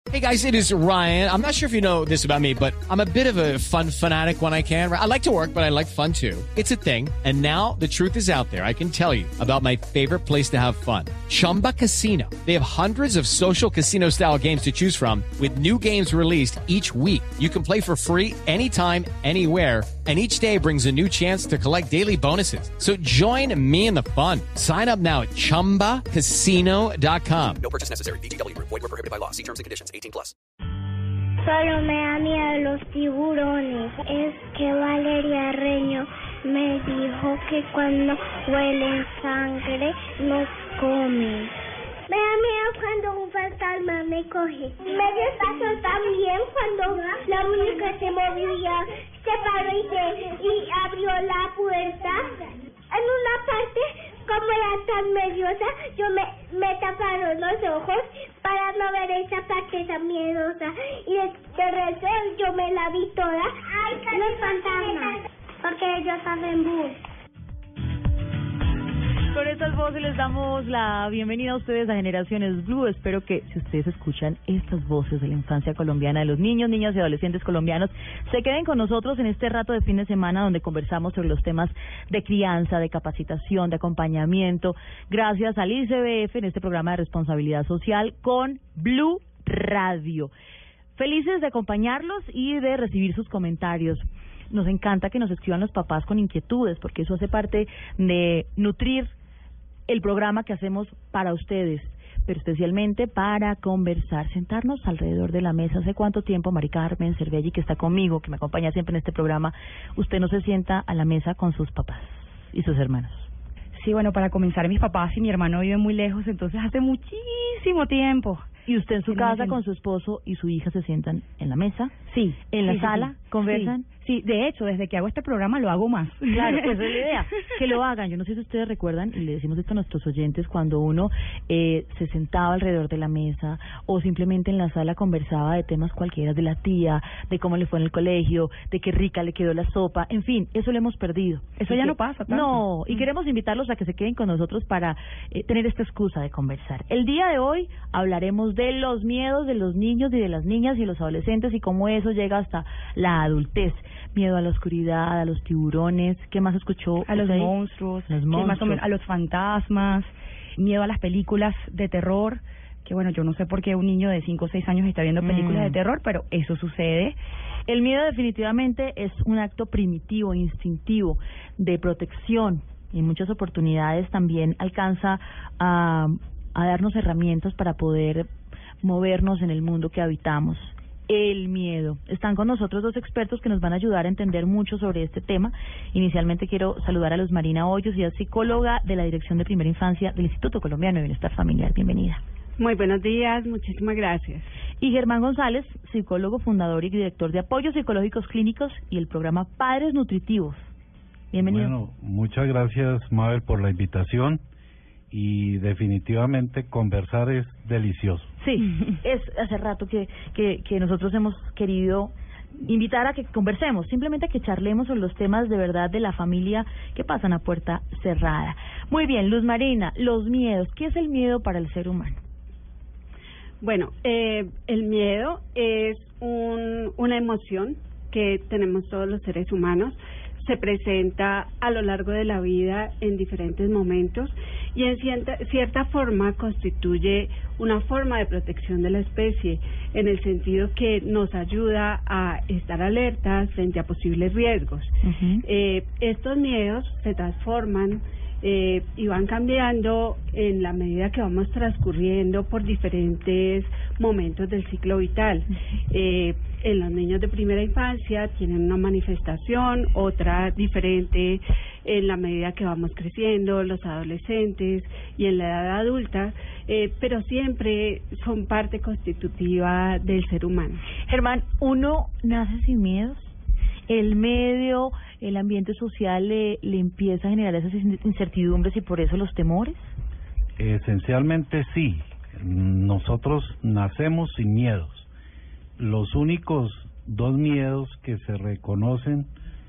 Hey guys, it is Ryan. I'm not sure if you know this about me, but I'm a bit of a fun fanatic when I can. I like to work, but I like fun too. It's a thing. And now the truth is out there. I can tell you about my favorite place to have fun. Chumba Casino. They have hundreds of social casino style games to choose from with new games released each week. You can play for free anytime, anywhere. And each day brings a new chance to collect daily bonuses. So join me in the fun. Sign up now at ChumbaCasino.com. No purchase necessary. VGW. Void where prohibited by law. See terms and conditions. 18+. Solo me da miedo los tiburones. Es que Valeria Reño me dijo que cuando huelen sangre no comen. Me da miedo cuando un fantasma me coge. Me dio espanto también cuando la muñeca se movía, se paró y abrió la puerta. En una parte, como era tan nerviosa, yo me taparon los ojos para no ver esa parte tan miedosa. Y de resto yo me la vi toda. Los fantasmas, porque ellos hacen bus. Con estas voces les damos la bienvenida a ustedes a Generaciones Blue. Espero que si ustedes escuchan estas voces de la infancia colombiana, de los niños, niñas y adolescentes colombianos, se queden con nosotros en este rato de fin de semana donde conversamos sobre los temas de crianza, de capacitación, de acompañamiento, gracias al ICBF en este programa de responsabilidad social con Blue Radio. Felices de acompañarlos y de recibir sus comentarios. Nos encanta que nos escriban los papás con inquietudes, porque eso hace parte de nutrir el programa que hacemos para ustedes, pero especialmente para conversar, sentarnos alrededor de la mesa. ¿Hace cuánto tiempo, Mari Carmen Cervelli, que está conmigo, que me acompaña siempre en este programa, usted no se sienta a la mesa con sus papás y sus hermanos? Sí, bueno, para comenzar, mis papás y mi hermano viven muy lejos, entonces hace muchísimo tiempo. ¿Y usted en su casa con su esposo y su hija se sientan en la mesa? Sí. ¿En la sala? Sí. ¿Conversan? Sí, de hecho, desde que hago este programa lo hago más. Claro, pues es la idea, que lo hagan. Yo no sé si ustedes recuerdan, y le decimos esto a nuestros oyentes, cuando uno se sentaba alrededor de la mesa o simplemente en la sala conversaba de temas cualquiera, de la tía, de cómo le fue en el colegio, de qué rica le quedó la sopa, en fin, eso lo hemos perdido. Eso ya no pasa tanto. No, y queremos invitarlos a que se queden con nosotros para tener esta excusa de conversar. El día de hoy hablaremos de los miedos de los niños y de las niñas y los adolescentes y cómo eso llega hasta la adultez. Miedo a la oscuridad, a los tiburones, ¿qué más escuchó? A los monstruos, más o menos, a los fantasmas, miedo a las películas de terror, que bueno, yo no sé por qué un niño de 5 o 6 años está viendo películas de terror, pero eso sucede. El miedo definitivamente es un acto primitivo, instintivo, de protección, y en muchas oportunidades también alcanza a darnos herramientas para poder movernos en el mundo que habitamos. El miedo. Están con nosotros dos expertos que nos van a ayudar a entender mucho sobre este tema. Inicialmente quiero saludar a Luz Marina Hoyos, y es psicóloga de la Dirección de Primera Infancia del Instituto Colombiano de Bienestar Familiar. Bienvenida. Muy buenos días, muchísimas gracias. Y Germán González, psicólogo, fundador y director de Apoyos Psicológicos Clínicos y el programa Padres Nutritivos. Bienvenido. Bueno, muchas gracias, Mabel, por la invitación. Y definitivamente conversar es delicioso. Sí, es hace rato que nosotros hemos querido invitar a que conversemos, simplemente a que charlemos sobre los temas de verdad de la familia que pasan a puerta cerrada. Muy bien, Luz Marina, los miedos. ¿Qué es el miedo para el ser humano? Bueno, el miedo es una emoción que tenemos todos los seres humanos. Se presenta a lo largo de la vida en diferentes momentos y en cierta forma constituye una forma de protección de la especie, en el sentido que nos ayuda a estar alertas frente a posibles riesgos. Estos miedos se transforman y van cambiando en la medida que vamos transcurriendo por diferentes momentos del ciclo vital. En los niños de primera infancia tienen una manifestación, otra diferente en la medida que vamos creciendo, los adolescentes y en la edad adulta, pero siempre son parte constitutiva del ser humano. Germán, ¿uno nace sin miedos? ¿El medio, el ambiente social le empieza a generar esas incertidumbres y por eso los temores? Esencialmente sí. Nosotros nacemos sin miedos. Los únicos dos miedos que se reconocen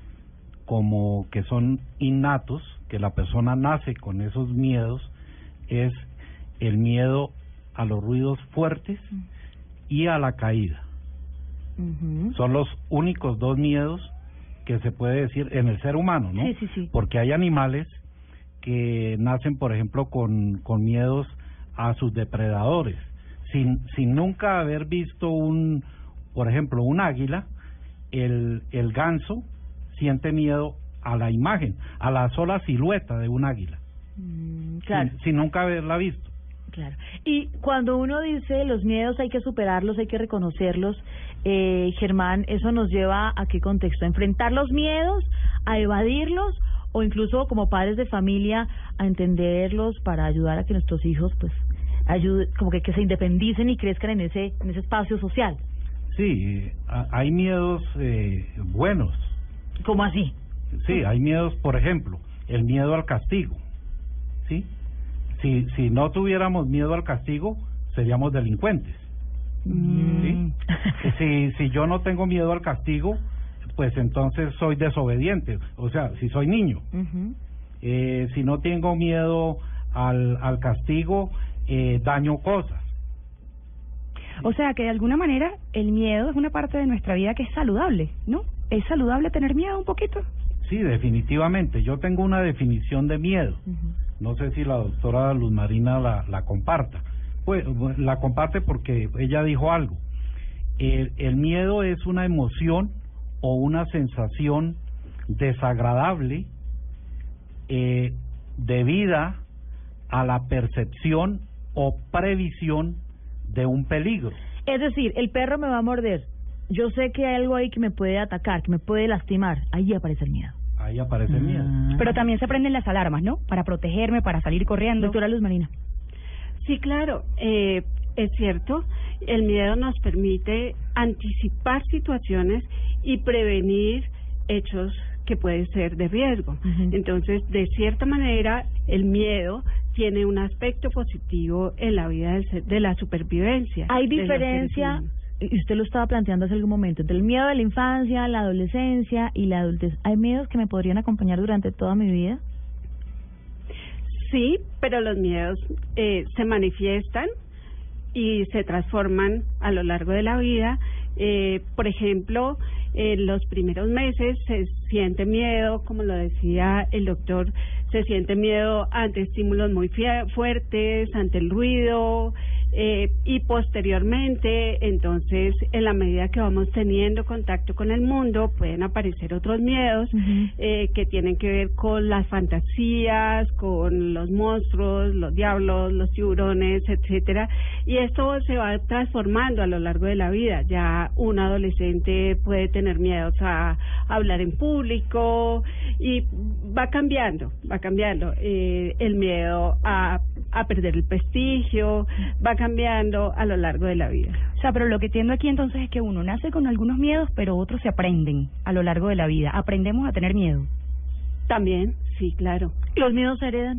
como que son innatos, que la persona nace con esos miedos, es el miedo a los ruidos fuertes y a la caída. Son los únicos dos miedos que se puede decir en el ser humano, ¿no? Sí. Porque hay animales que nacen, por ejemplo, con miedos a sus depredadores, sin nunca haber visto por ejemplo, un águila. El ganso siente miedo a la imagen, a la sola silueta de un águila, claro, sin nunca haberla visto. Claro. Y cuando uno dice los miedos hay que superarlos, hay que reconocerlos, Germán, ¿eso nos lleva a qué contexto? ¿A enfrentar los miedos, a evadirlos, o incluso como padres de familia a entenderlos para ayudar a que nuestros hijos pues ayuden, como que se independicen y crezcan en ese espacio social? Sí, hay miedos buenos. ¿Cómo así? Sí, hay miedos, por ejemplo, el miedo al castigo, ¿sí? Si no tuviéramos miedo al castigo, seríamos delincuentes. ¿Sí? Si yo no tengo miedo al castigo, pues entonces soy desobediente, o sea, si soy niño. Si no tengo miedo al castigo, daño cosas. O sea, que de alguna manera el miedo es una parte de nuestra vida que es saludable, ¿no? ¿Es saludable tener miedo un poquito? Sí, definitivamente. Yo tengo una definición de miedo. No sé si la doctora Luz Marina la comparta. Pues la comparte porque ella dijo algo. El miedo es una emoción o una sensación desagradable debida a la percepción o previsión de un peligro. Es decir, el perro me va a morder. Yo sé que hay algo ahí que me puede atacar, que me puede lastimar. Ahí aparece el miedo. Ahí aparece el miedo. Pero también se prenden las alarmas, ¿no? Para protegerme, para salir corriendo. Doctora Luz Marina. Sí, claro, es cierto. El miedo nos permite anticipar situaciones y prevenir hechos que pueden ser de riesgo. Entonces, de cierta manera, el miedo tiene un aspecto positivo en la vida de la supervivencia. ¿Hay diferencia, y usted lo estaba planteando hace algún momento, entre el miedo de la infancia, la adolescencia y la adultez? ¿Hay miedos que me podrían acompañar durante toda mi vida? Sí, pero los miedos se manifiestan y se transforman a lo largo de la vida. Por ejemplo, en los primeros meses se siente miedo, como lo decía el doctor, se siente miedo ante estímulos muy fuertes, ante el ruido, y posteriormente, entonces, en la medida que vamos teniendo contacto con el mundo, pueden aparecer otros miedos que tienen que ver con las fantasías, con los monstruos, los diablos, los tiburones, etcétera, y esto se va transformando a lo largo de la vida. Ya un adolescente puede tener miedos a hablar en público y va cambiando el miedo a perder el prestigio, va cambiando a lo largo de la vida. O sea, pero lo que entiendo aquí entonces es que uno nace con algunos miedos, pero otros se aprenden a lo largo de la vida. Aprendemos a tener miedo. También, sí, claro. ¿Los miedos se heredan?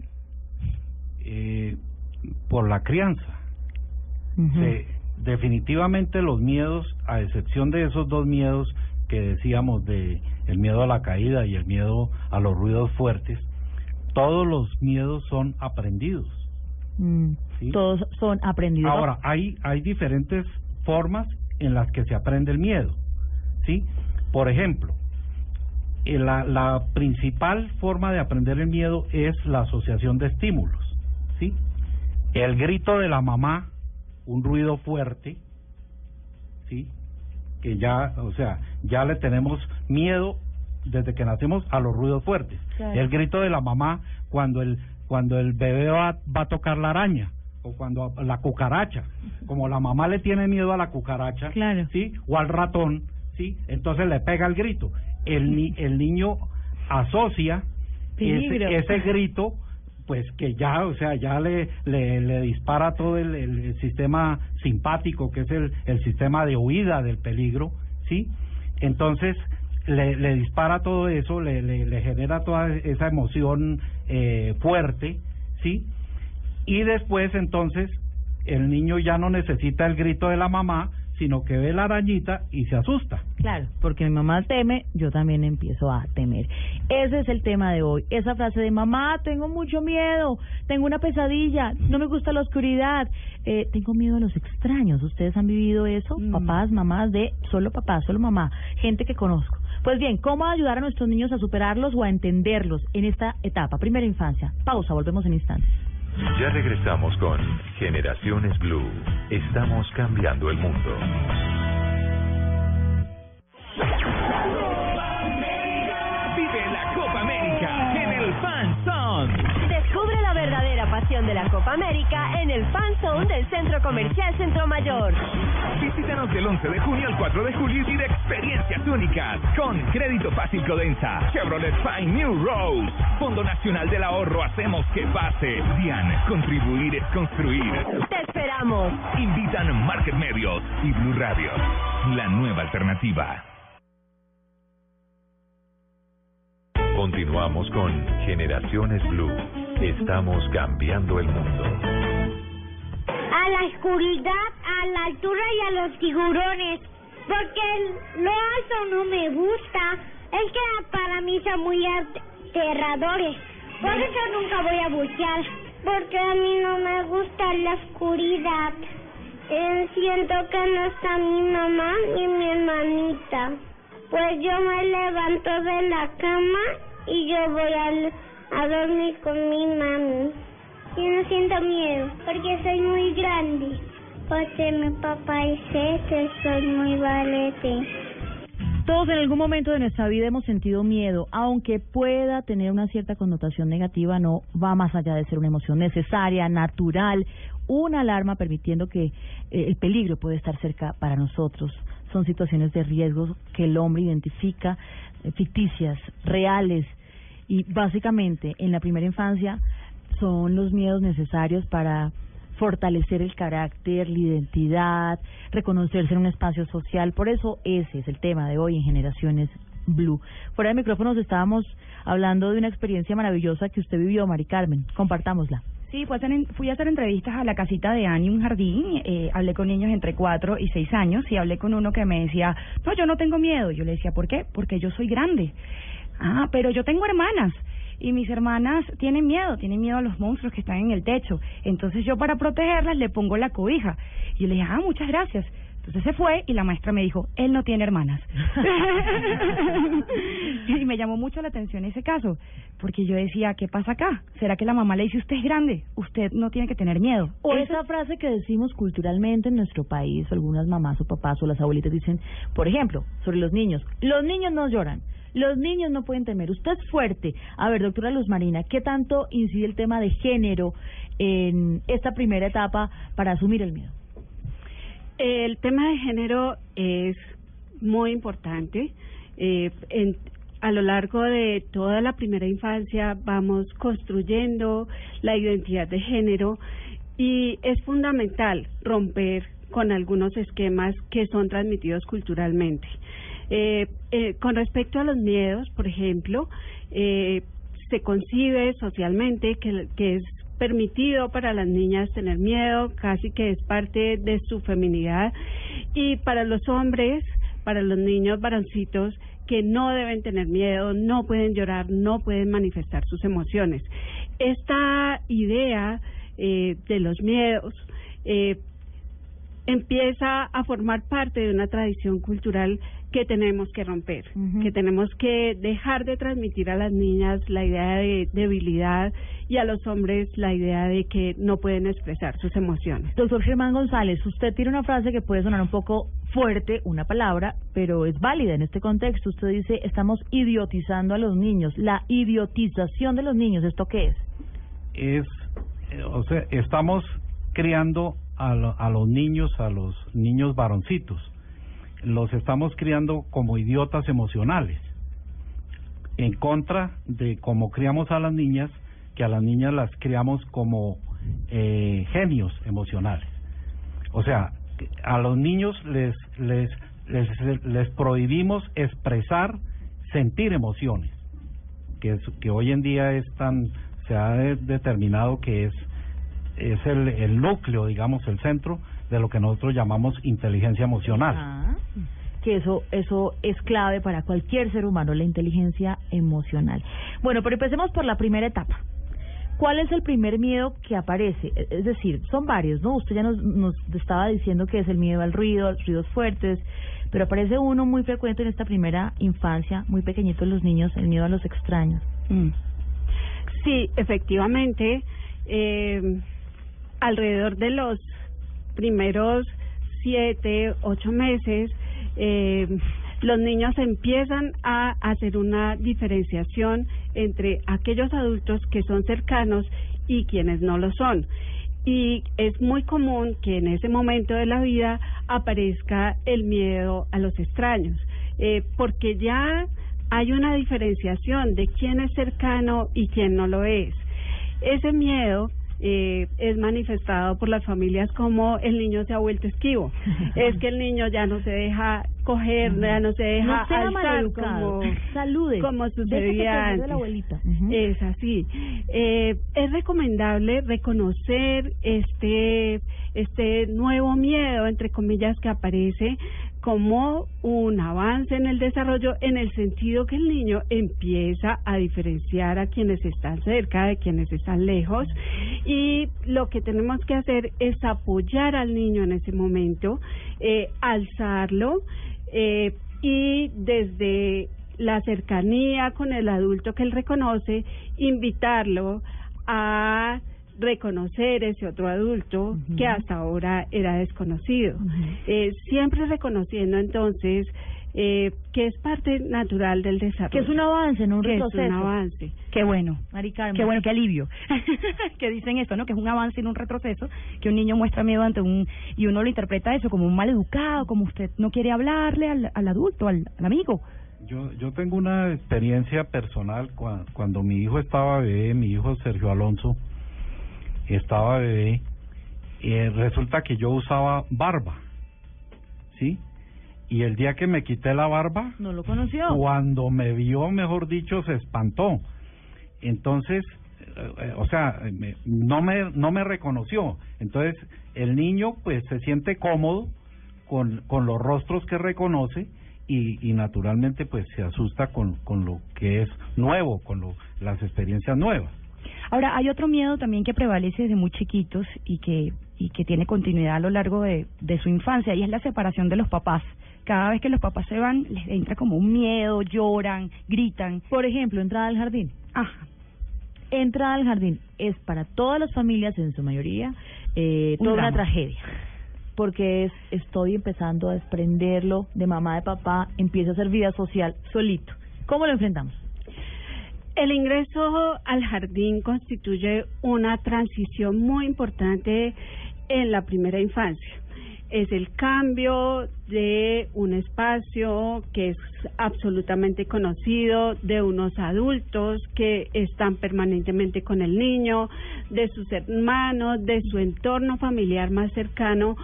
Por la crianza. Definitivamente los miedos, a excepción de esos dos miedos que decíamos, de el miedo a la caída y el miedo a los ruidos fuertes, todos los miedos son aprendidos. ¿Sí? Todos son aprendidos. Ahora, hay diferentes formas en las que se aprende el miedo, ¿sí? Por ejemplo, la principal forma de aprender el miedo es la asociación de estímulos, ¿sí? El grito de la mamá, un ruido fuerte, ¿sí? Que ya, o sea, ya le tenemos miedo desde que nacemos a los ruidos fuertes. Claro. El grito de la mamá cuando el bebé va a tocar la araña, o cuando la cucaracha, como la mamá le tiene miedo a la cucaracha, claro, ¿sí? O al ratón, ¿sí? Entonces le pega el grito. El niño asocia ese grito, pues que ya, o sea, ya le dispara todo el sistema simpático, que es el sistema de huida del peligro, ¿sí? Entonces le dispara todo eso, le genera toda esa emoción fuerte, ¿sí? Y después entonces el niño ya no necesita el grito de la mamá, sino que ve la arañita y se asusta. Claro, porque mi mamá teme, yo también empiezo a temer. Ese es el tema de hoy, esa frase de mamá, tengo mucho miedo, tengo una pesadilla, no me gusta la oscuridad, tengo miedo a los extraños. ¿Ustedes han vivido eso? Papás, mamás de solo papá, solo mamá, gente que conozco. Pues bien, ¿cómo ayudar a nuestros niños a superarlos o a entenderlos en esta etapa, primera infancia? Pausa, volvemos en instantes. Ya regresamos con Generaciones Blue. Estamos cambiando el mundo. Vive la Copa América en el Fan Zone. Descubre la verdadera pasión de la Copa América en el Fan Zone del Centro Comercial Centro Mayor. Visítanos del 11 de junio al 4 de julio y vive experiencias únicas con Crédito Fácil Codensa, Chevrolet Fine New Rose, Fondo Nacional del Ahorro, hacemos que pase. DIAN, contribuir es construir. ¡Te esperamos! Invitan Market Medios y Blue Radio, la nueva alternativa. Continuamos con Generaciones Blue. Estamos cambiando el mundo. A la oscuridad, a la altura y a los tiburones, porque lo alto no me gusta, es que para mí son muy aterradores, por eso nunca voy a bucear, porque a mí no me gusta la oscuridad. Siento que no está mi mamá ni mi hermanita, pues yo me levanto de la cama y yo voy a dormir con mi mami. Yo no siento miedo, porque soy muy grande, porque mi papá dice que soy muy valiente. Todos en algún momento de nuestra vida hemos sentido miedo, aunque pueda tener una cierta connotación negativa, no va más allá de ser una emoción necesaria, natural, una alarma permitiendo que el peligro puede estar cerca para nosotros. Son situaciones de riesgo que el hombre identifica, ficticias, reales, y básicamente en la primera infancia son los miedos necesarios para fortalecer el carácter, la identidad, reconocerse en un espacio social. Por eso ese es el tema de hoy en Generaciones Blue. Fuera de micrófonos estábamos hablando de una experiencia maravillosa que usted vivió, Mari Carmen. Compartámosla. Sí, fui a hacer entrevistas a la casita de Ani, un jardín. Hablé con niños entre 4 y 6 años y hablé con uno que me decía, no, yo no tengo miedo. Yo le decía, ¿por qué? Porque yo soy grande. Ah, pero yo tengo hermanas. Y mis hermanas tienen miedo a los monstruos que están en el techo. Entonces yo, para protegerlas, le pongo la cobija. Y yo le dije, muchas gracias. Entonces se fue y la maestra me dijo, él no tiene hermanas. Y me llamó mucho la atención ese caso, porque yo decía, ¿qué pasa acá? ¿Será que la mamá le dice, usted es grande, usted no tiene que tener miedo? O esa frase que decimos culturalmente en nuestro país, algunas mamás o papás o las abuelitas dicen, por ejemplo, sobre los niños no lloran. Los niños no pueden temer, usted es fuerte. A ver, doctora Luz Marina, ¿qué tanto incide el tema de género en esta primera etapa para asumir el miedo? El tema de género es muy importante. A lo largo de toda la primera infancia vamos construyendo la identidad de género y es fundamental romper con algunos esquemas que son transmitidos culturalmente. Con respecto a los miedos, por ejemplo, se concibe socialmente que es permitido para las niñas tener miedo, casi que es parte de su feminidad, y para los hombres, para los niños varoncitos, que no deben tener miedo, no pueden llorar, no pueden manifestar sus emociones. Esta idea de los miedos empieza a formar parte de una tradición cultural que tenemos que romper, que tenemos que dejar de transmitir a las niñas la idea de debilidad y a los hombres la idea de que no pueden expresar sus emociones. Doctor Germán González, usted tiene una frase que puede sonar un poco fuerte, una palabra, pero es válida en este contexto. Usted dice, estamos idiotizando a los niños. La idiotización de los niños, ¿esto qué es? Estamos criando a los niños varoncitos. Los estamos criando como idiotas emocionales, en contra de cómo criamos a las niñas, que a las niñas las criamos como genios emocionales. O sea, a los niños les prohibimos expresar, sentir emociones, que hoy en día se ha determinado que es el núcleo, digamos, el centro de lo que nosotros llamamos inteligencia emocional. Que eso es clave para cualquier ser humano, la inteligencia emocional. Bueno, pero empecemos por la primera etapa. ¿Cuál es el primer miedo que aparece? Es decir, son varios, ¿no? Usted ya nos estaba diciendo que es el miedo al ruido, a los ruidos fuertes, pero aparece uno muy frecuente en esta primera infancia, muy pequeñito en los niños, el miedo a los extraños. Sí, efectivamente, alrededor de los primeros 7, 8 meses, los niños empiezan a hacer una diferenciación entre aquellos adultos que son cercanos y quienes no lo son. Y es muy común que en ese momento de la vida aparezca el miedo a los extraños, porque ya hay una diferenciación de quién es cercano y quién no lo es. Ese miedo es manifestado por las familias como el niño se ha vuelto esquivo. Es que el niño ya no se deja coger, ya no se deja alzar como sucedía antes. La abuelita. Es así. Es recomendable reconocer este nuevo miedo, entre comillas, que aparece como un avance en el desarrollo, en el sentido que el niño empieza a diferenciar a quienes están cerca de quienes están lejos, y lo que tenemos que hacer es apoyar al niño en ese momento, alzarlo, y desde la cercanía con el adulto que él reconoce, invitarlo a reconocer ese otro adulto que hasta ahora era desconocido, siempre reconociendo entonces que es parte natural del desarrollo, que es un avance, no un retroceso. Es un avance. Qué bueno, Mari Carmen. Qué bueno, qué alivio que dicen esto, ¿no? Que es un avance y no un retroceso, que un niño muestra miedo ante y uno lo interpreta eso como un mal educado, como usted no quiere hablarle al adulto, al amigo. Yo tengo una experiencia personal cuando mi hijo estaba bebé, mi hijo Sergio Alonso estaba bebé, resulta que yo usaba barba, ¿sí? Y el día que me quité la barba, no lo conoció. Cuando me vio, mejor dicho, se espantó. Entonces, no me reconoció. Entonces, el niño pues se siente cómodo con los rostros que reconoce y naturalmente pues se asusta con lo que es nuevo, las experiencias nuevas. Ahora, hay otro miedo también que prevalece desde muy chiquitos y que tiene continuidad a lo largo de su infancia, y es la separación de los papás. Cada vez que los papás se van, les entra como un miedo, lloran, gritan. Por ejemplo, entrada al jardín. Entrada al jardín es para todas las familias, en su mayoría, toda una tragedia. Porque estoy empezando a desprenderlo de mamá, de papá, empiezo a hacer vida social solito. ¿Cómo lo enfrentamos? El ingreso al jardín constituye una transición muy importante en la primera infancia. Es el cambio de un espacio que es absolutamente conocido, de unos adultos que están permanentemente con el niño, de sus hermanos, de su entorno familiar más cercano,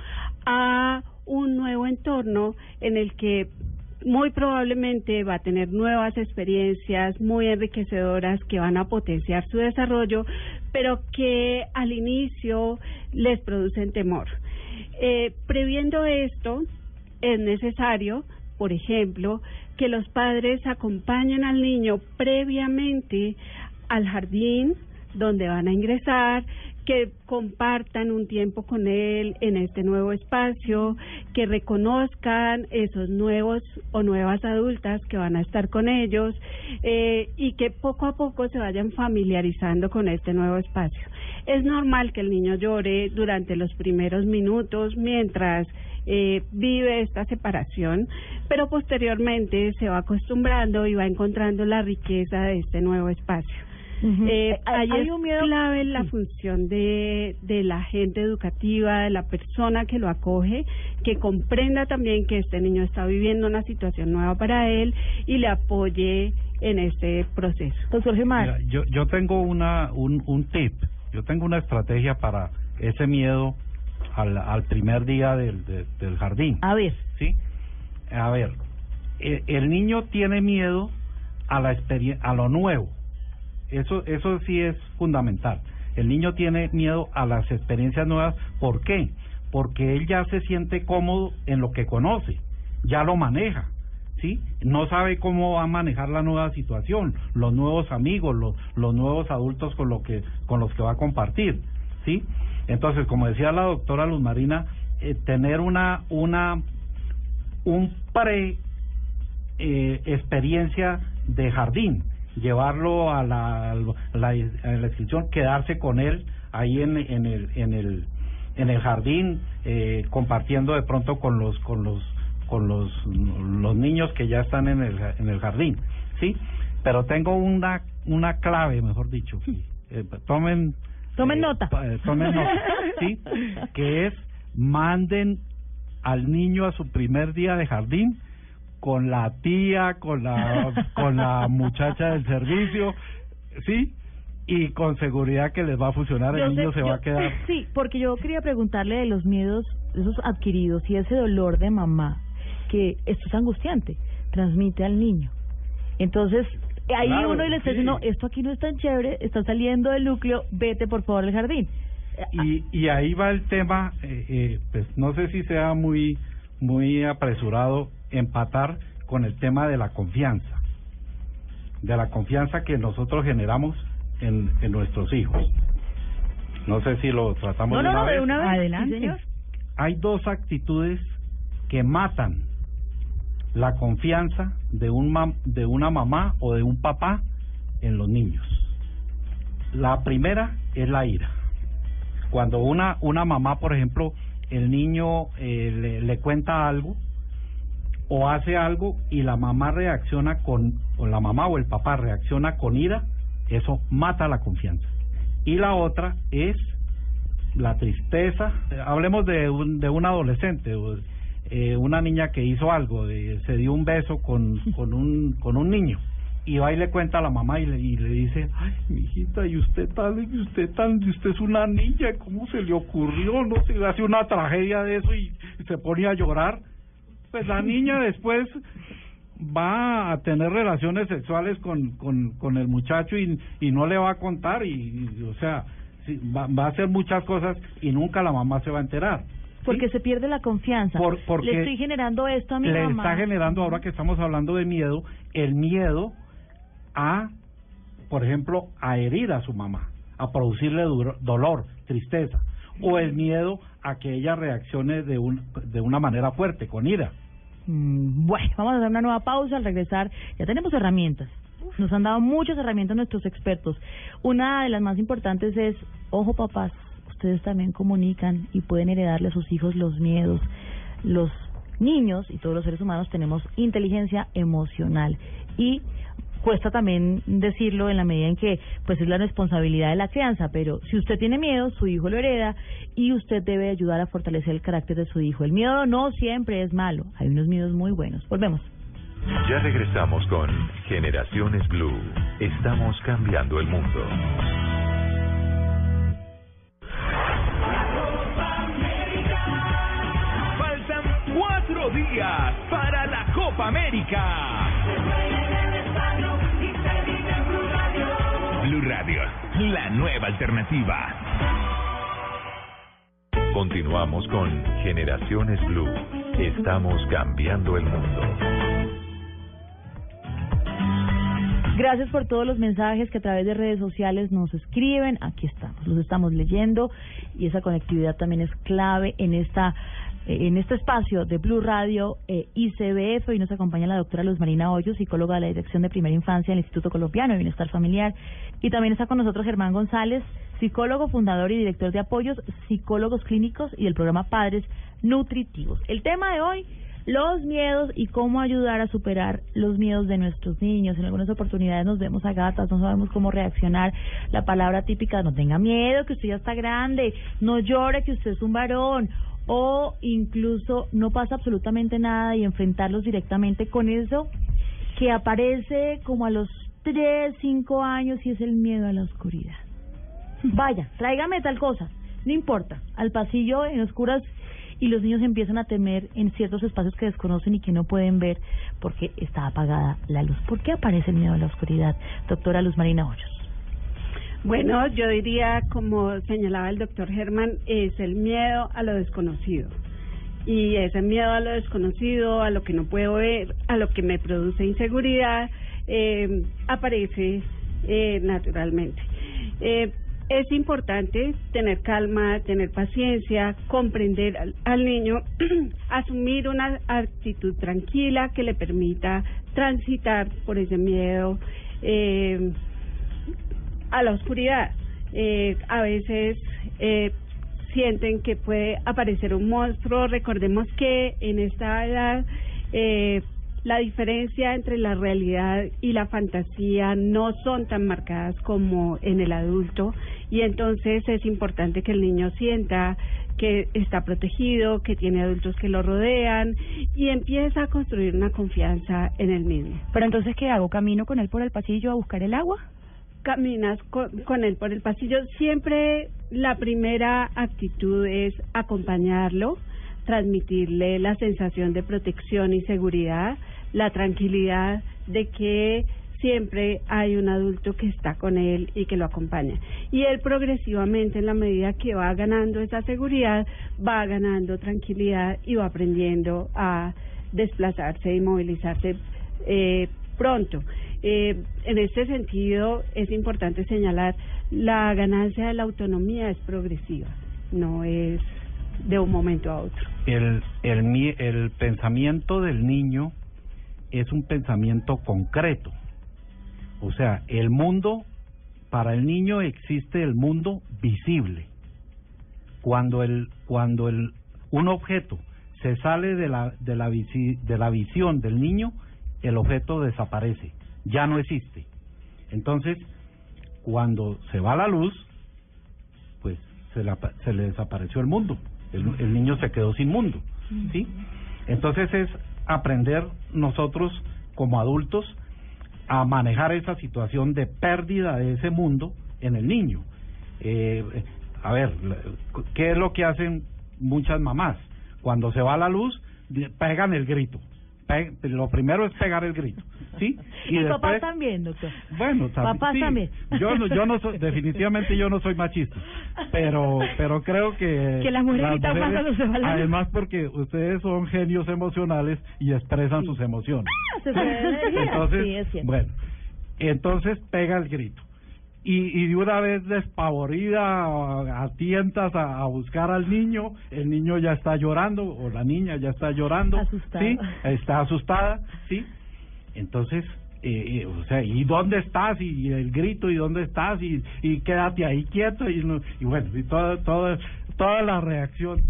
a un nuevo entorno en el que muy probablemente va a tener nuevas experiencias muy enriquecedoras que van a potenciar su desarrollo, pero que al inicio les producen temor. Previendo esto, es necesario, por ejemplo, que los padres acompañen al niño previamente al jardín donde van a ingresar, que compartan un tiempo con él en este nuevo espacio, que reconozcan esos nuevos o nuevas adultas que van a estar con ellos, y que poco a poco se vayan familiarizando con este nuevo espacio. Es normal que el niño llore durante los primeros minutos mientras vive esta separación, pero posteriormente se va acostumbrando y va encontrando la riqueza de este nuevo espacio. Ahí es clave la función de la agente educativa, de la persona que lo acoge, que comprenda también que este niño está viviendo una situación nueva para él y le apoye en este proceso. Doctor Germán. Yo tengo un tip, yo tengo una estrategia para ese miedo al primer día del jardín. A ver. ¿Sí? A ver, el niño tiene miedo a lo nuevo. Eso sí es fundamental. El niño tiene miedo a las experiencias nuevas. ¿Por qué? porque él ya se siente cómodo en lo que conoce, ya lo maneja, ¿sí? No sabe cómo va a manejar la nueva situación, los nuevos amigos, los nuevos adultos con los que va a compartir, ¿sí? Entonces, como decía la doctora Luz Marina, tener un experiencia de jardín, llevarlo a la inscripción, quedarse con él ahí en el jardín, compartiendo de pronto con los niños que ya están en el jardín, ¿sí? Pero tengo una clave, mejor dicho, tomen nota, ¿sí? Que es: manden al niño a su primer día de jardín con la tía, con la muchacha del servicio, ¿sí? Y con seguridad que les va a funcionar, el niño se va a quedar. Sí, porque yo quería preguntarle de los miedos, esos adquiridos, y ese dolor de mamá, que esto es angustiante, transmite al niño. Entonces, ahí claro, uno le está diciendo, esto aquí no es tan chévere, está saliendo del núcleo, vete por favor al jardín. Y ahí va el tema, pues no sé si sea muy apresurado empatar con el tema de la confianza que nosotros generamos en nuestros hijos. No sé si lo tratamos de una vez. De una vez. Adelante. Sí, señor. Hay dos actitudes que matan la confianza de una mamá o de un papá en los niños. La primera es la ira. Cuando una mamá, por ejemplo, el niño le cuenta algo o hace algo y la mamá reacciona o la mamá o el papá reacciona con ira, eso mata la confianza. Y la otra es la tristeza. Hablemos de un adolescente, una niña que hizo algo, se dio un beso con un niño, y va y le cuenta a la mamá y le dice: ay, mijita, y usted es una niña, ¿cómo se le ocurrió? No se hace una tragedia de eso y se pone a llorar. Pues la niña después va a tener relaciones sexuales con el muchacho y no le va a contar, o sea, sí, va a hacer muchas cosas y nunca la mamá se va a enterar. Porque ¿sí? Se pierde la confianza. Porque le estoy generando esto a mi mamá. Le está generando, ahora que estamos hablando de miedo, el miedo a, por ejemplo, a herir a su mamá, a producirle dolor, tristeza, o el miedo a que ella reaccione de una manera fuerte, con ira. Bueno, vamos a hacer una nueva pausa. Al regresar ya tenemos herramientas. Nos han dado muchas herramientas nuestros expertos. Una de las más importantes es, ojo papás, ustedes también comunican y pueden heredarle a sus hijos los miedos. Los niños y todos los seres humanos tenemos inteligencia emocional y cuesta también decirlo en la medida en que pues es la responsabilidad de la crianza, pero si usted tiene miedo, su hijo lo hereda y usted debe ayudar a fortalecer el carácter de su hijo. El miedo no siempre es malo, hay unos miedos muy buenos. Volvemos. Ya regresamos con Generaciones Blue. Estamos cambiando el mundo. Faltan 4 días para la Copa América. Blue Radio, la nueva alternativa. Continuamos con Generaciones Blue. Estamos cambiando el mundo. Gracias por todos los mensajes que a través de redes sociales nos escriben. Aquí estamos, los estamos leyendo y esa conectividad también es clave en este espacio de Blue Radio ICBF. Hoy nos acompaña la doctora Luz Marina Hoyos, psicóloga de la Dirección de Primera Infancia del Instituto Colombiano de Bienestar Familiar, y también está con nosotros Germán González, psicólogo, fundador y director de apoyos psicólogos clínicos y del programa Padres Nutritivos. El tema de hoy: los miedos y cómo ayudar a superar los miedos de nuestros niños. En algunas oportunidades nos vemos a gatas, no sabemos cómo reaccionar. La palabra típica: no tenga miedo, que usted ya está grande, no llore, que usted es un varón, o incluso no pasa absolutamente nada, y enfrentarlos directamente con eso que aparece como a los 3, 5 años, y es el miedo a la oscuridad. Vaya, tráigame tal cosa, no importa, al pasillo en oscuras, y los niños empiezan a temer en ciertos espacios que desconocen y que no pueden ver porque está apagada la luz. ¿Por qué aparece el miedo a la oscuridad, doctora Luz Marina Hoyos? Bueno, yo diría, como señalaba el doctor Germán, es el miedo a lo desconocido. Y ese miedo a lo desconocido, a lo que no puedo ver, a lo que me produce inseguridad, aparece naturalmente. Es importante tener calma, tener paciencia, comprender al niño, asumir una actitud tranquila que le permita transitar por ese miedo a la oscuridad. A veces sienten que puede aparecer un monstruo. Recordemos que en esta edad la diferencia entre la realidad y la fantasía no son tan marcadas como en el adulto, y entonces es importante que el niño sienta que está protegido, que tiene adultos que lo rodean, y empieza a construir una confianza en él mismo. Pero entonces, ¿qué hago? ¿Camino con él por el pasillo a buscar el agua? Caminas con él por el pasillo. Siempre la primera actitud es acompañarlo, transmitirle la sensación de protección y seguridad, la tranquilidad de que siempre hay un adulto que está con él y que lo acompaña. Y él progresivamente, en la medida que va ganando esa seguridad, va ganando tranquilidad y va aprendiendo a desplazarse y movilizarse pronto. En este sentido, es importante señalar, la ganancia de la autonomía es progresiva, no es de un momento a otro. El pensamiento del niño es un pensamiento concreto. O sea, el mundo, para el niño existe el mundo visible. Cuando un objeto se sale de la visión del niño, el objeto desaparece, ya no existe. Entonces, cuando se va la luz, pues se le desapareció el mundo. El niño se quedó sin mundo, ¿sí? Entonces es aprender nosotros como adultos a manejar esa situación de pérdida de ese mundo en el niño. A ver, ¿qué es lo que hacen muchas mamás? Cuando se va la luz, pegan el grito. Lo primero es pegar el grito, ¿sí? Y después, papás también, doctor. Bueno, papás sí, también. Yo no soy, definitivamente yo no soy machista, pero creo que las mujeres gritan más cuando se va la luz. Además, porque ustedes son genios emocionales y expresan sus emociones. Entonces, sí, es cierto. Bueno, entonces pega el grito. Y de una vez despavorida, a tientas a buscar al niño, el niño ya está llorando, o la niña ya está llorando, asustada. ¿sí? Está asustada, ¿sí? Entonces, o sea, ¿y dónde estás? Y el grito, ¿y dónde estás? Y quédate ahí quieto, y bueno, y toda la reacción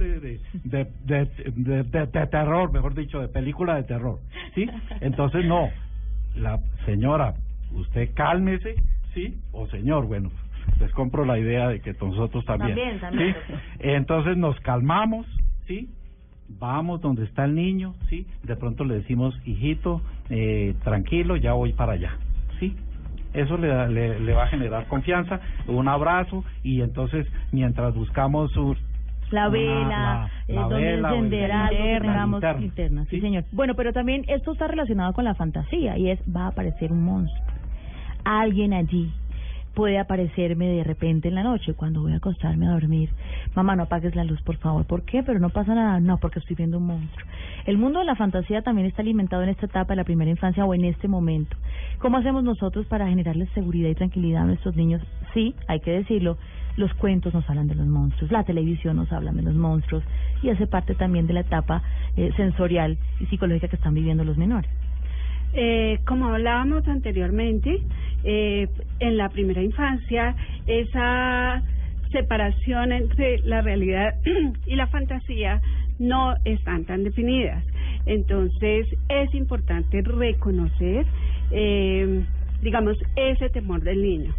de terror, mejor dicho, de película de terror, ¿sí? Entonces, no, la señora, usted cálmese, ¿sí? O señor, bueno, les compro la idea de que nosotros también. También. ¿Sí? Entonces nos calmamos, ¿sí? Vamos donde está el niño, ¿sí? De pronto le decimos, hijito, tranquilo, ya voy para allá, ¿sí? Eso le va a generar confianza, un abrazo, y entonces mientras buscamos la vela, donde encender algo, que tengamos linterna, sí, señor. Bueno, pero también esto está relacionado con la fantasía, y va a aparecer un monstruo. Alguien allí puede aparecerme de repente en la noche cuando voy a acostarme a dormir. Mamá, no apagues la luz, por favor. ¿Por qué? Pero no pasa nada. No, porque estoy viendo un monstruo. El mundo de la fantasía también está alimentado en esta etapa de la primera infancia o en este momento. ¿Cómo hacemos nosotros para generarles seguridad y tranquilidad a nuestros niños? Sí, hay que decirlo, los cuentos nos hablan de los monstruos, la televisión nos habla de los monstruos, y hace parte también de la etapa sensorial y psicológica que están viviendo los menores. Como hablábamos anteriormente, en la primera infancia, esa separación entre la realidad y la fantasía no están tan definidas. Entonces, es importante reconocer, digamos, ese temor del niño.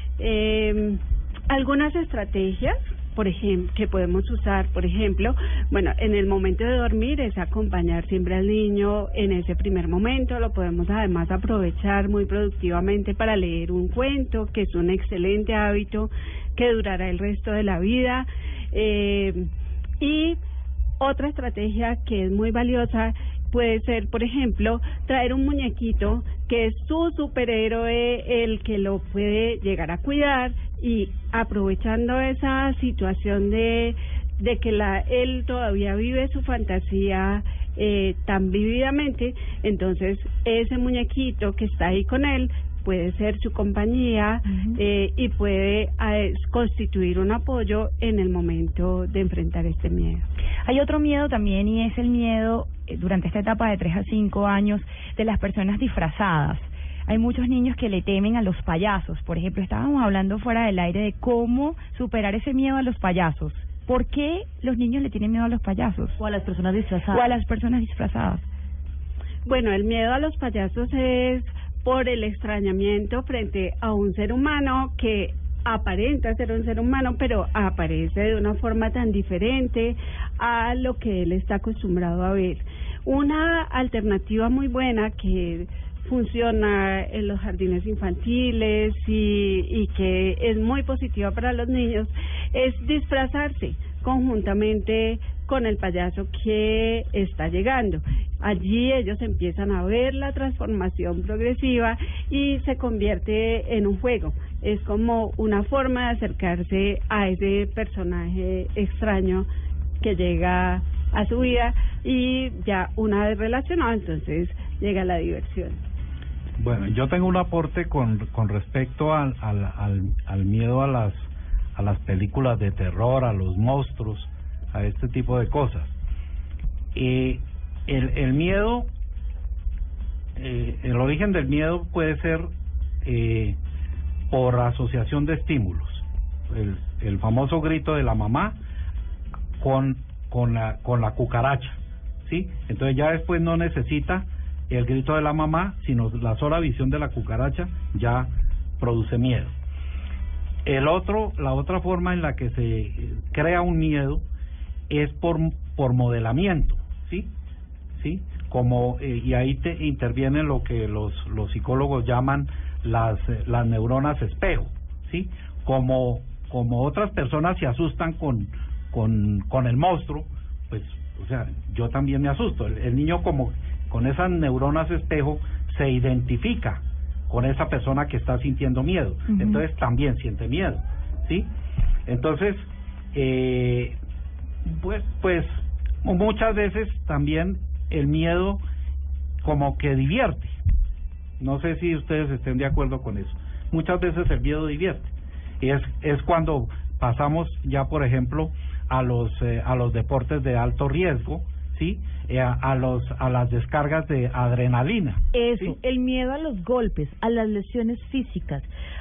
Algunas estrategias, por ejemplo, que podemos usar, por ejemplo, bueno, en el momento de dormir es acompañar siempre al niño en ese primer momento. Lo podemos además aprovechar muy productivamente para leer un cuento, que es un excelente hábito que durará el resto de la vida. Y otra estrategia que es muy valiosa puede ser, por ejemplo, traer un muñequito que es su superhéroe el que lo puede llegar a cuidar, y aprovechando esa situación de que él todavía vive su fantasía tan vívidamente, entonces ese muñequito que está ahí con él puede ser su compañía y puede constituir un apoyo en el momento de enfrentar este miedo. Hay otro miedo también, y es el miedo durante esta etapa de 3 a 5 años de las personas disfrazadas. Hay muchos niños que le temen a los payasos. Por ejemplo, estábamos hablando fuera del aire de cómo superar ese miedo a los payasos. ¿Por qué los niños le tienen miedo a los payasos? O a las personas disfrazadas. Bueno, el miedo a los payasos es por el extrañamiento frente a un ser humano que aparenta ser un ser humano, pero aparece de una forma tan diferente a lo que él está acostumbrado a ver. Una alternativa muy buena que funciona en los jardines infantiles y que es muy positiva para los niños es disfrazarse conjuntamente con el payaso que está llegando. Allí ellos empiezan a ver la transformación progresiva y se convierte en un juego. Es como una forma de acercarse a ese personaje extraño que llega a su vida, y ya una vez relacionado, entonces llega la diversión. Bueno, yo tengo un aporte con respecto al miedo a las películas de terror, a los monstruos, a este tipo de cosas. El miedo, el origen del miedo puede ser por asociación de estímulos. El famoso grito de la mamá con la cucaracha, ¿sí? Entonces ya después no necesita el grito de la mamá, sino la sola visión de la cucaracha ya produce miedo. La otra forma en la que se crea un miedo es por modelamiento, ¿sí? Como y ahí interviene lo que los psicólogos llaman las neuronas espejo, ¿sí? Como otras personas se asustan con el monstruo, pues, o sea, yo también me asusto. El niño, como con esas neuronas espejo, se identifica con esa persona que está sintiendo miedo, entonces también siente miedo, ¿sí? Entonces, pues muchas veces también el miedo como que divierte. No sé si ustedes estén de acuerdo con eso. Muchas veces el miedo divierte. Y es cuando pasamos ya, por ejemplo, a los deportes de alto riesgo, ¿sí? A las descargas de adrenalina. Eso, ¿sí? El miedo a los golpes, a las lesiones físicas,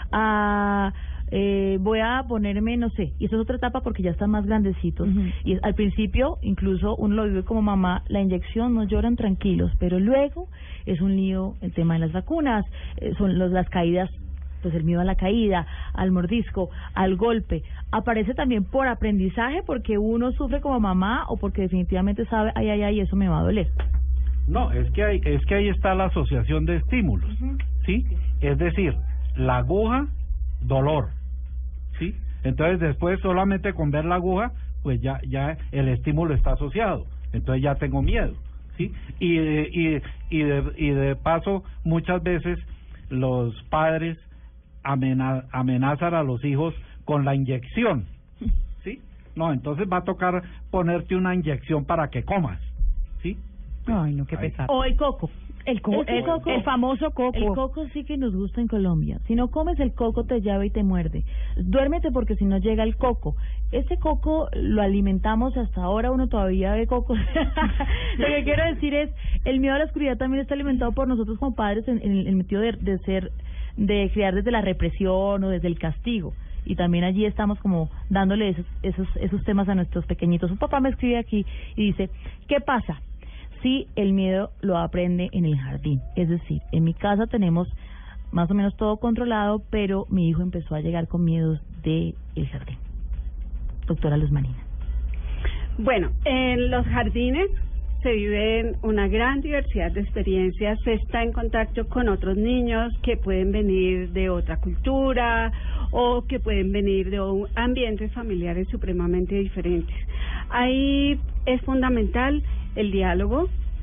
voy a ponerme, no sé, y eso es otra etapa porque ya están más grandecitos, y al principio incluso uno lo vive como mamá, la inyección, no lloran tranquilos, pero luego es un lío el tema de las vacunas, son las caídas, pues el miedo a la caída, al mordisco, al golpe. Aparece también por aprendizaje, porque uno sufre como mamá o porque definitivamente sabe, ay, eso me va a doler. No, es que ahí está la asociación de estímulos, ¿sí? Es decir, la aguja, dolor, ¿sí? Entonces después solamente con ver la aguja, pues ya el estímulo está asociado, entonces ya tengo miedo, ¿sí? Y de paso muchas veces los padres amenazan a los hijos con la inyección, ¿sí? No, entonces va a tocar ponerte una inyección para que comas, ¿sí? Ay, no, qué pesado. O el coco. El famoso coco. El coco sí que nos gusta en Colombia. Si no comes el coco, te llave y te muerde. Duérmete porque si no llega el coco. Este coco lo alimentamos, hasta ahora uno todavía ve cocos. Lo que quiero decir es, el miedo a la oscuridad también está alimentado por nosotros como padres en el metido de criar desde la represión o desde el castigo. Y también allí estamos como dándole esos temas a nuestros pequeñitos. Un papá me escribe aquí y dice, ¿qué pasa si el miedo lo aprende en el jardín? Es decir, en mi casa tenemos más o menos todo controlado, pero mi hijo empezó a llegar con miedos del jardín. Doctora Luz Marina. Bueno, en los jardines se viven una gran diversidad de experiencias, se está en contacto con otros niños que pueden venir de otra cultura o que pueden venir de ambientes familiares supremamente diferentes. Ahí es fundamental el diálogo,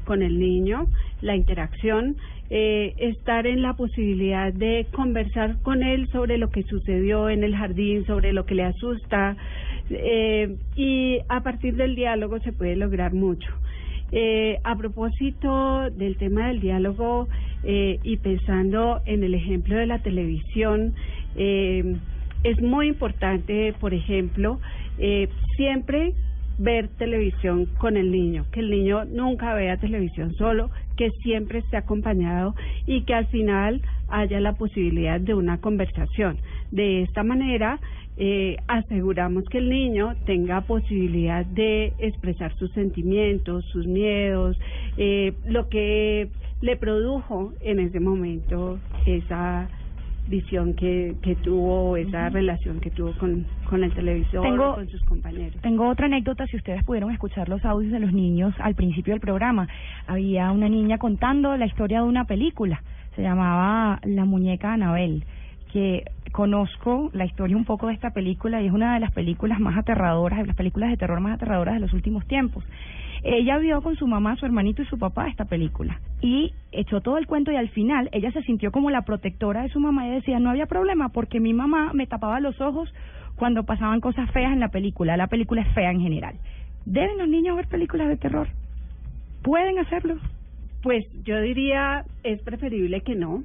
con el niño, la interacción, estar en la posibilidad de conversar con él sobre lo que sucedió en el jardín, sobre lo que le asusta, y a partir del diálogo se puede lograr mucho. A propósito del tema del diálogo y pensando en el ejemplo de la televisión, es muy importante, por ejemplo, siempre ver televisión con el niño, que el niño nunca vea televisión solo, que siempre esté acompañado y que al final haya la posibilidad de una conversación. De esta manera aseguramos que el niño tenga posibilidad de expresar sus sentimientos, sus miedos, lo que le produjo en ese momento esa visión que tuvo, esa relación que tuvo con el televisor, con sus compañeros. Tengo otra anécdota, si ustedes pudieron escuchar los audios de los niños al principio del programa. Había una niña contando la historia de una película, se llamaba La muñeca Anabel, que conozco la historia un poco de esta película y es una de las películas más aterradoras, de las películas de terror más aterradoras de los últimos tiempos. Ella vio con su mamá, su hermanito y su papá esta película y echó todo el cuento y al final ella se sintió como la protectora de su mamá y decía, no había problema porque mi mamá me tapaba los ojos cuando pasaban cosas feas en la película es fea en general. ¿Deben los niños ver películas de terror? ¿Pueden hacerlo? Pues yo diría, es preferible que no.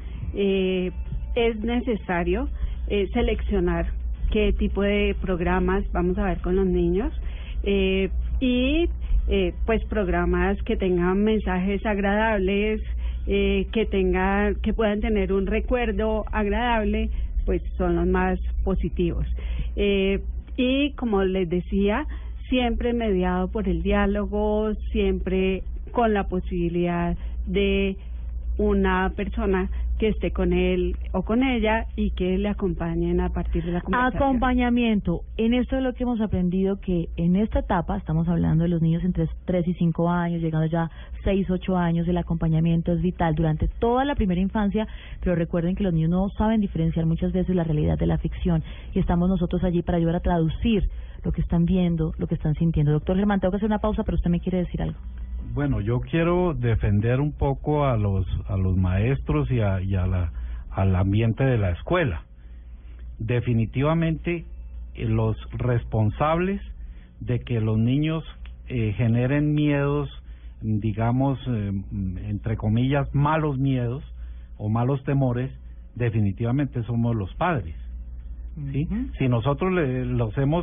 Es necesario seleccionar qué tipo de programas vamos a ver con los niños y pues programas que tengan mensajes agradables, que puedan tener un recuerdo agradable, pues son los más positivos. Y como les decía, siempre mediado por el diálogo, siempre con la posibilidad de una persona que esté con él o con ella y que le acompañen a partir de la conversación. Acompañamiento. En esto es lo que hemos aprendido, que en esta etapa, estamos hablando de los niños entre 3 y 5 años, llegando ya 6, 8 años, el acompañamiento es vital durante toda la primera infancia, pero recuerden que los niños no saben diferenciar muchas veces la realidad de la ficción y estamos nosotros allí para ayudar a traducir lo que están viendo, lo que están sintiendo. Doctor Germán, tengo que hacer una pausa, pero usted me quiere decir algo. Bueno, yo quiero defender un poco a los maestros y al ambiente de la escuela. Definitivamente los responsables de que los niños generen miedos, digamos, entre comillas, malos miedos o malos temores, definitivamente somos los padres, ¿sí? Si nosotros los hemos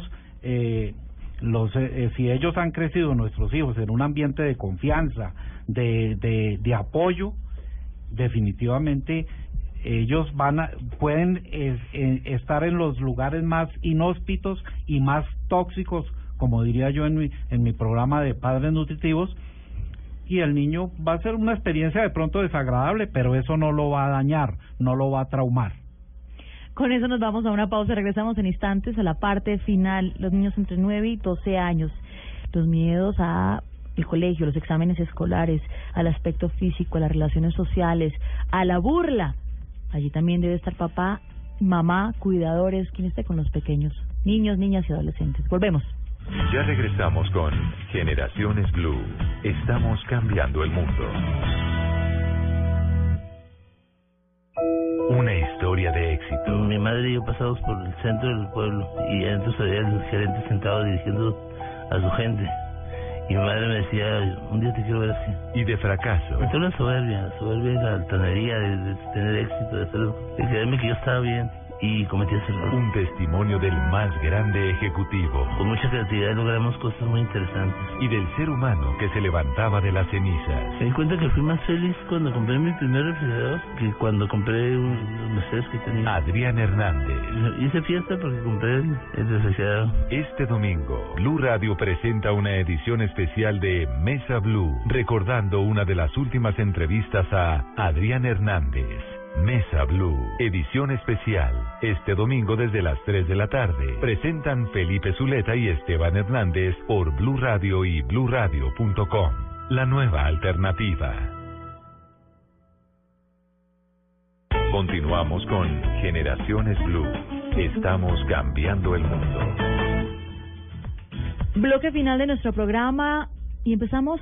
si ellos han crecido, nuestros hijos, en un ambiente de confianza, de apoyo, definitivamente ellos pueden estar en los lugares más inhóspitos y más tóxicos, como diría yo en mi programa de Padres Nutritivos, y el niño va a ser una experiencia de pronto desagradable, pero eso no lo va a dañar, no lo va a traumar. Con eso nos vamos a una pausa, regresamos en instantes a la parte final. Los niños entre 9 y 12 años, los miedos a el colegio, los exámenes escolares, al aspecto físico, a las relaciones sociales, a la burla. Allí también debe estar papá, mamá, cuidadores, quien esté con los pequeños, niños, niñas y adolescentes. Volvemos. Ya regresamos con Generaciones Blue. Estamos cambiando el mundo. Una historia de éxito. Mi madre y yo pasamos por el centro del pueblo y entonces había el gerente sentado dirigiendo a su gente. Y mi madre me decía, un día te quiero ver así. Y de fracaso. Entonces la soberbia y la altanería de tener éxito, de creerme que yo estaba bien y cometí ese error. Un testimonio del más grande ejecutivo. Con mucha creatividad logramos cosas muy interesantes. Y del ser humano que se levantaba de las cenizas. Me di cuenta que fui más feliz cuando compré mi primer refrigerador que cuando compré los Mercedes que tenía. Adrián Hernández. Hice fiesta porque compré el refrigerador. Este domingo, Blue Radio presenta una edición especial de Mesa Blue, recordando una de las últimas entrevistas a Adrián Hernández. Mesa Blue, edición especial. Este domingo desde las 3 de la tarde. Presentan Felipe Zuleta y Esteban Hernández por Blue Radio y bluradio.com. La nueva alternativa. Continuamos con Generaciones Blue. Estamos cambiando el mundo. Bloque final de nuestro programa y empezamos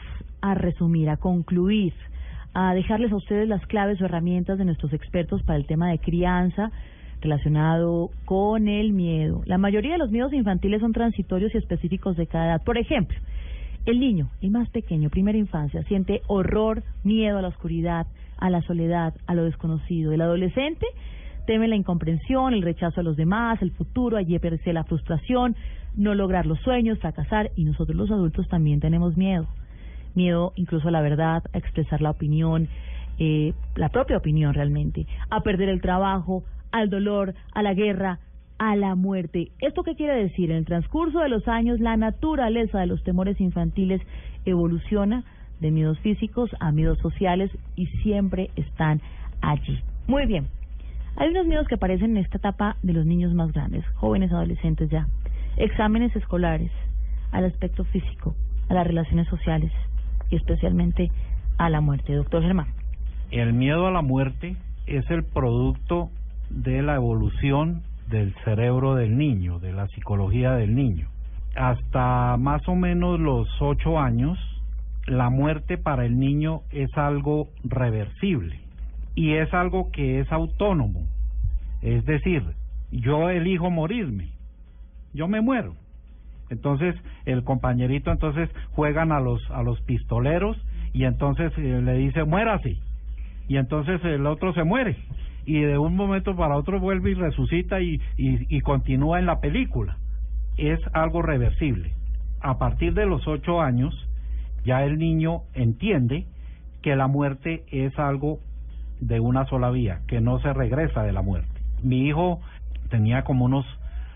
a resumir, a concluir, a dejarles a ustedes las claves o herramientas de nuestros expertos para el tema de crianza relacionado con el miedo. La mayoría de los miedos infantiles son transitorios y específicos de cada edad. Por ejemplo, el niño, el más pequeño, primera infancia, siente horror, miedo a la oscuridad, a la soledad, a lo desconocido. El adolescente teme la incomprensión, el rechazo a los demás, el futuro, allí aparece la frustración, no lograr los sueños, fracasar, y nosotros los adultos también tenemos miedo. Miedo incluso a la verdad, a expresar la opinión, la propia opinión realmente, a perder el trabajo, al dolor, a la guerra, a la muerte. ¿Esto qué quiere decir? En el transcurso de los años, la naturaleza de los temores infantiles evoluciona de miedos físicos a miedos sociales y siempre están allí. Muy bien. Hay unos miedos que aparecen en esta etapa de los niños más grandes, jóvenes, adolescentes ya. Exámenes escolares, al aspecto físico, a las relaciones sociales y especialmente a la muerte. Doctor Germán. El miedo a la muerte es el producto de la evolución del cerebro del niño, de la psicología del niño. Hasta más o menos los 8 años, la muerte para el niño es algo reversible y es algo que es autónomo. Es decir, yo elijo morirme, yo me muero. Entonces el compañerito entonces juegan a los pistoleros y entonces le dice muérase, y entonces el otro se muere y de un momento para otro vuelve y resucita y continúa en la película. Es algo reversible. A partir de los 8 años ya el niño entiende que la muerte es algo de una sola vía, que no se regresa de la muerte. Mi hijo tenía como unos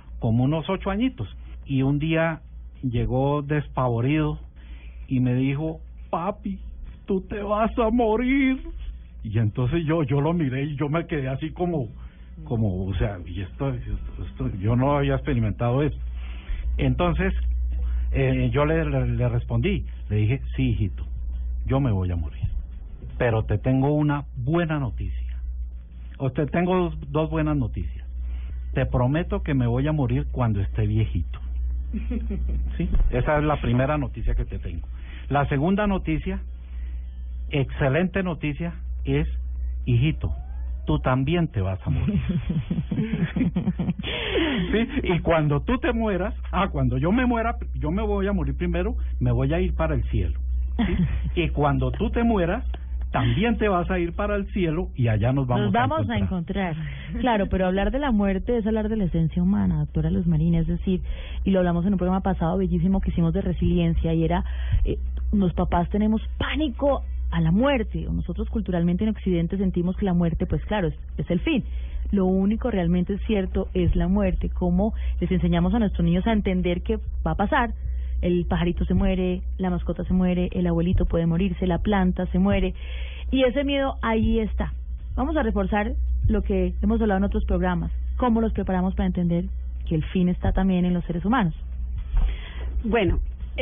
8 añitos y un día llegó despavorido y me dijo, papi, tú te vas a morir. Y entonces yo lo miré y yo me quedé así como o sea, y esto yo no había experimentado esto. Entonces yo le respondí, le dije, sí, hijito, yo me voy a morir, pero te tengo una buena noticia, o te tengo dos buenas noticias. Te prometo que me voy a morir cuando esté viejito. ¿Sí? Esa es la primera noticia que te tengo. La segunda noticia, excelente noticia, es, hijito, tú también te vas a morir. ¿Sí? Y cuando tú te mueras, cuando yo me muera, yo me voy a morir primero, me voy a ir para el cielo. ¿Sí? Y cuando tú te mueras, también te vas a ir para el cielo y allá nos vamos a encontrar. Claro, pero hablar de la muerte es hablar de la esencia humana, doctora Luz Marina, es decir, y lo hablamos en un programa pasado bellísimo que hicimos de resiliencia, y era, los papás tenemos pánico a la muerte, o nosotros culturalmente en Occidente sentimos que la muerte, pues claro, es el fin. Lo único realmente cierto es la muerte, como les enseñamos a nuestros niños a entender que va a pasar. El pajarito se muere, la mascota se muere, el abuelito puede morirse, la planta se muere, y ese miedo ahí está. Vamos a reforzar lo que hemos hablado en otros programas, cómo los preparamos para entender que el fin está también en los seres humanos. Bueno,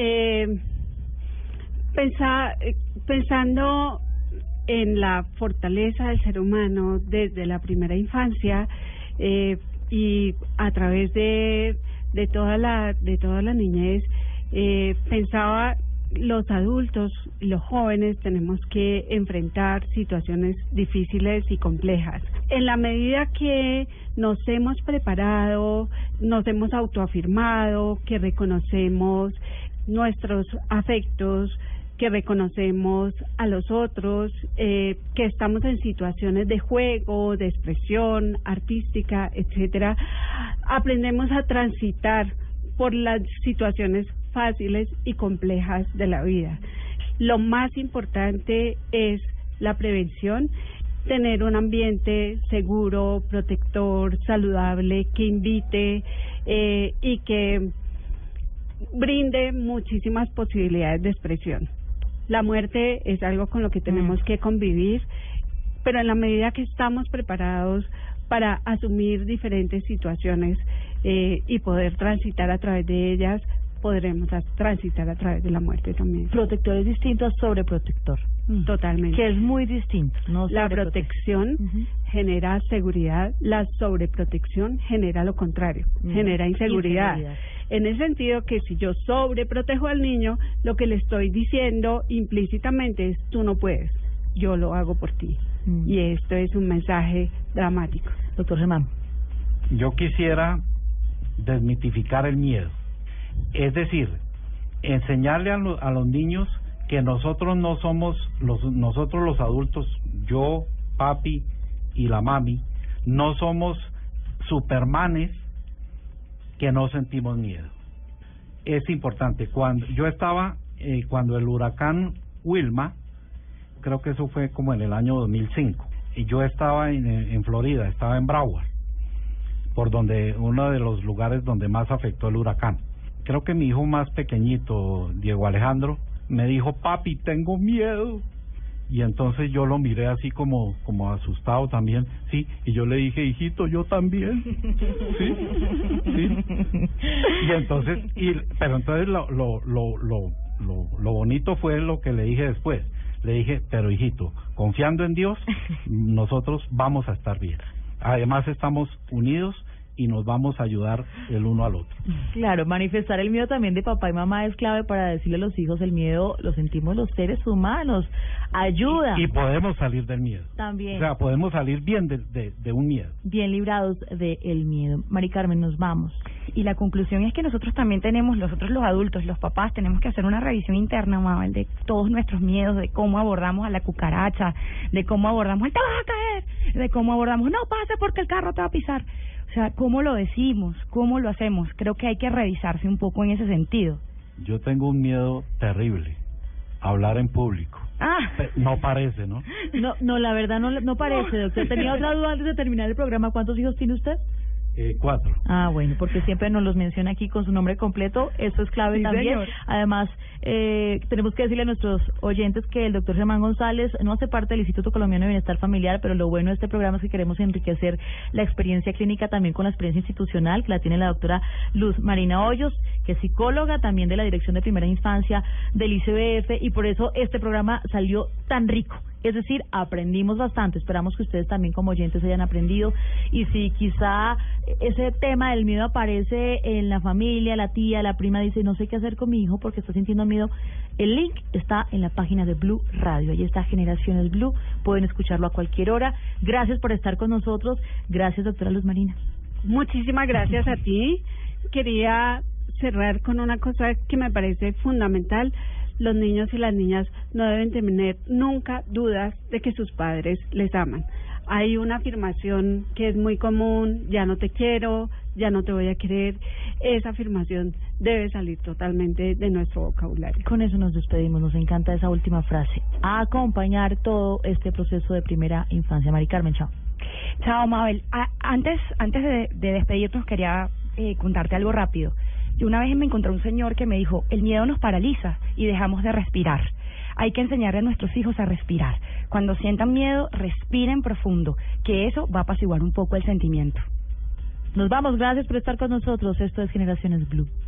pensando en la fortaleza del ser humano desde la primera infancia, y a través de toda la niñez, pensaba, los adultos, los jóvenes tenemos que enfrentar situaciones difíciles y complejas. En la medida que nos hemos preparado, nos hemos autoafirmado, que reconocemos nuestros afectos, que reconocemos a los otros, que estamos en situaciones de juego, de expresión artística, etcétera, aprendemos a transitar por las situaciones fáciles y complejas de la vida. Lo más importante es la prevención, tener un ambiente seguro, protector, saludable, que invite y que brinde muchísimas posibilidades de expresión. La muerte es algo con lo que tenemos que convivir, pero en la medida que estamos preparados para asumir diferentes situaciones y poder transitar a través de ellas, podremos transitar a través de la muerte también. Protector es distinto a sobreprotector. Totalmente. Que es muy distinto. No, la protección genera seguridad, la sobreprotección genera lo contrario, genera inseguridad. en el sentido que si yo sobreprotejo al niño, lo que le estoy diciendo implícitamente es tú no puedes, yo lo hago por ti. Y esto es un mensaje dramático. Doctor Germán. Yo quisiera desmitificar el miedo. Es decir, enseñarle a los niños que nosotros no somos, nosotros los adultos, yo, papi y la mami, no somos supermanes que no sentimos miedo. Es importante. Cuando yo estaba, cuando el huracán Wilma, creo que eso fue como en el año 2005, y yo estaba en Florida, estaba en Broward, por donde uno de los lugares donde más afectó el huracán. Creo que mi hijo más pequeñito, Diego Alejandro, me dijo, papi, tengo miedo. Y entonces yo lo miré así como asustado también, sí, y yo le dije, hijito, yo también, sí. Y entonces, pero entonces lo bonito fue lo que le dije después. Le dije, pero hijito, confiando en Dios, nosotros vamos a estar bien. Además estamos unidos y nos vamos a ayudar el uno al otro. Claro, manifestar el miedo también de papá y mamá es clave para decirle a los hijos, el miedo lo sentimos los seres humanos, ayuda. Y podemos salir del miedo. También. O sea, podemos salir bien de un miedo. Bien librados del miedo. Mari Carmen, nos vamos. Y la conclusión es que nosotros también tenemos, nosotros los adultos, los papás, tenemos que hacer una revisión interna, Mabel, de todos nuestros miedos, de cómo abordamos a la cucaracha, de cómo abordamos el te vas a caer, de cómo abordamos no pase porque el carro te va a pisar. O sea, ¿cómo lo decimos? ¿Cómo lo hacemos? Creo que hay que revisarse un poco en ese sentido. Yo tengo un miedo terrible, hablar en público. No parece, ¿no? No, la verdad no parece, doctor. Tenía otra duda antes de terminar el programa. ¿Cuántos hijos tiene usted? 4. Bueno, porque siempre nos los menciona aquí con su nombre completo, eso es clave, sí, también. Señor. Además, tenemos que decirle a nuestros oyentes que el doctor Germán González no hace parte del Instituto Colombiano de Bienestar Familiar, pero lo bueno de este programa es que queremos enriquecer la experiencia clínica también con la experiencia institucional, que la tiene la doctora Luz Marina Hoyos, que es psicóloga también de la Dirección de Primera Infancia del ICBF, y por eso este programa salió tan rico. Es decir, aprendimos bastante, esperamos que ustedes también como oyentes hayan aprendido, y si quizá ese tema del miedo aparece en la familia, la tía, la prima dice no sé qué hacer con mi hijo porque está sintiendo miedo, el link está en la página de Blue Radio, ahí está Generaciones Blue, pueden escucharlo a cualquier hora. Gracias por estar con nosotros, gracias doctora Luz Marina. Muchísimas gracias a ti. Quería cerrar con una cosa que me parece fundamental. Los niños y las niñas no deben tener nunca dudas de que sus padres les aman. Hay una afirmación que es muy común, ya no te quiero, ya no te voy a querer. Esa afirmación debe salir totalmente de nuestro vocabulario. Con eso nos despedimos, nos encanta esa última frase. A acompañar todo este proceso de primera infancia. Mari Carmen, chao. Chao, Mabel. Antes de despedirnos quería contarte algo rápido. Yo una vez me encontré un señor que me dijo, el miedo nos paraliza y dejamos de respirar. Hay que enseñarle a nuestros hijos a respirar. Cuando sientan miedo, respiren profundo, que eso va a apaciguar un poco el sentimiento. Nos vamos, gracias por estar con nosotros. Esto es Generaciones Blue.